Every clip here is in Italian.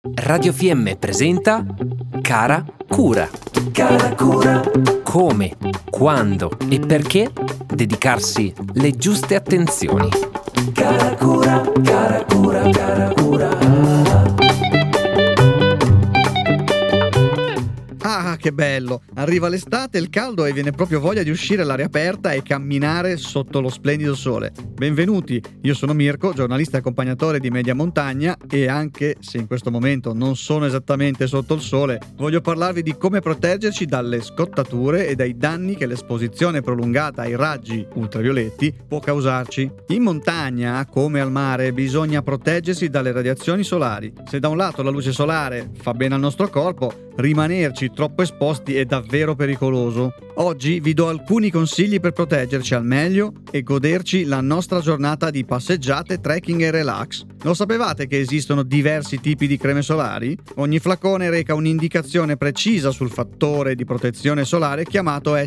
Radio FM presenta Cara Cura. Cara Cura. Come, quando e perché dedicarsi le giuste attenzioni. Cara Cura, cara Cura, cara Cura. Ah, che bello! Arriva l'estate, il caldo e viene proprio voglia di uscire all'aria aperta e camminare sotto lo splendido sole. Benvenuti, io sono Mirko, giornalista e accompagnatore di Media Montagna e anche se in questo momento non sono esattamente sotto il sole, voglio parlarvi di come proteggerci dalle scottature e dai danni che l'esposizione prolungata ai raggi ultravioletti può causarci. In montagna, come al mare, bisogna proteggersi dalle radiazioni solari. Se da un lato la luce solare fa bene al nostro corpo, rimanerci troppo esposti è davvero pericoloso. Oggi vi do alcuni consigli per proteggerci al meglio e goderci la nostra giornata di passeggiate, trekking e relax. Lo sapevate che esistono diversi tipi di creme solari? Ogni flacone reca un'indicazione precisa sul fattore di protezione solare chiamato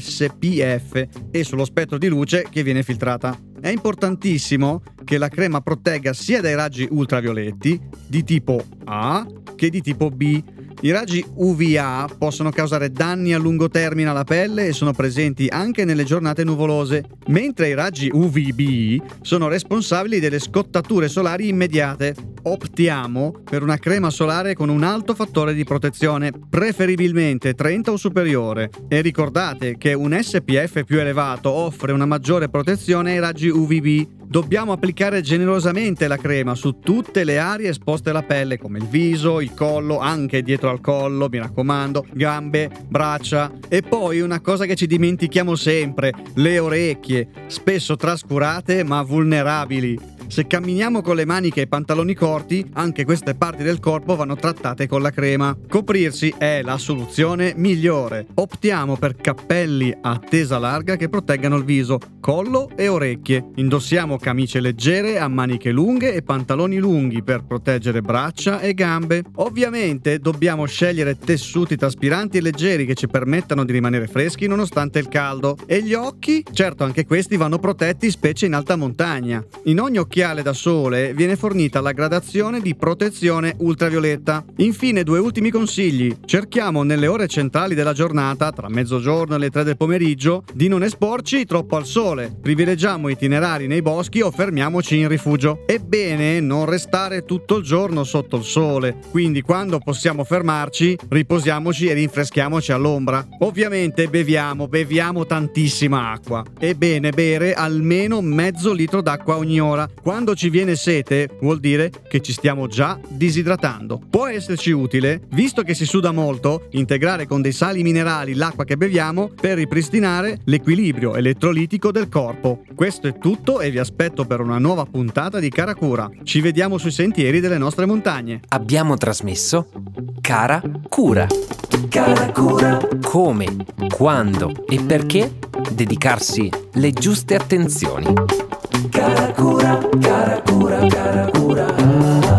SPF e sullo spettro di luce che viene filtrata. È importantissimo che la crema protegga sia dai raggi ultravioletti di tipo A che di tipo B. I raggi UVA possono causare danni a lungo termine alla pelle e sono presenti anche nelle giornate nuvolose, mentre i raggi UVB sono responsabili delle scottature solari immediate. Optiamo per una crema solare con un alto fattore di protezione, preferibilmente 30 o superiore, e ricordate che un SPF più elevato offre una maggiore protezione ai raggi UVB. Dobbiamo applicare generosamente la crema su tutte le aree esposte alla pelle, come il viso, il collo, anche dietro al collo, mi raccomando, gambe, braccia. E poi una cosa che ci dimentichiamo sempre, le orecchie, spesso trascurate ma vulnerabili. Se camminiamo con le maniche e i pantaloni corti, anche queste parti del corpo vanno trattate con la crema. Coprirsi è la soluzione migliore. Optiamo per cappelli a tesa larga che proteggano il viso, collo e orecchie. Indossiamo camicie leggere a maniche lunghe e pantaloni lunghi per proteggere braccia e gambe. Ovviamente dobbiamo scegliere tessuti traspiranti e leggeri che ci permettano di rimanere freschi nonostante il caldo. E gli occhi? Certo, anche questi vanno protetti, specie in alta montagna. In ogni occhiale da sole viene fornita la gradazione di protezione ultravioletta. Infine, due ultimi consigli. Cerchiamo nelle ore centrali della giornata, tra mezzogiorno e le 3 del pomeriggio, di non esporci troppo al sole. Privilegiamo itinerari nei boschi o fermiamoci in rifugio. È bene non restare tutto il giorno sotto il sole, quindi quando possiamo fermarci, riposiamoci e rinfreschiamoci all'ombra. Ovviamente beviamo tantissima acqua. È bene bere almeno mezzo litro d'acqua ogni ora. Quando ci viene sete, vuol dire che ci stiamo già disidratando. Può esserci utile, visto che si suda molto, integrare con dei sali minerali l'acqua che beviamo per ripristinare l'equilibrio elettrolitico del corpo. Questo è tutto e vi aspetto per una nuova puntata di Cara Cura. Ci vediamo sui sentieri delle nostre montagne. Abbiamo trasmesso Cara Cura. Cara Cura. Come, quando e perché dedicarsi le giuste attenzioni. Cara Cura, cara Cura, cara Cura.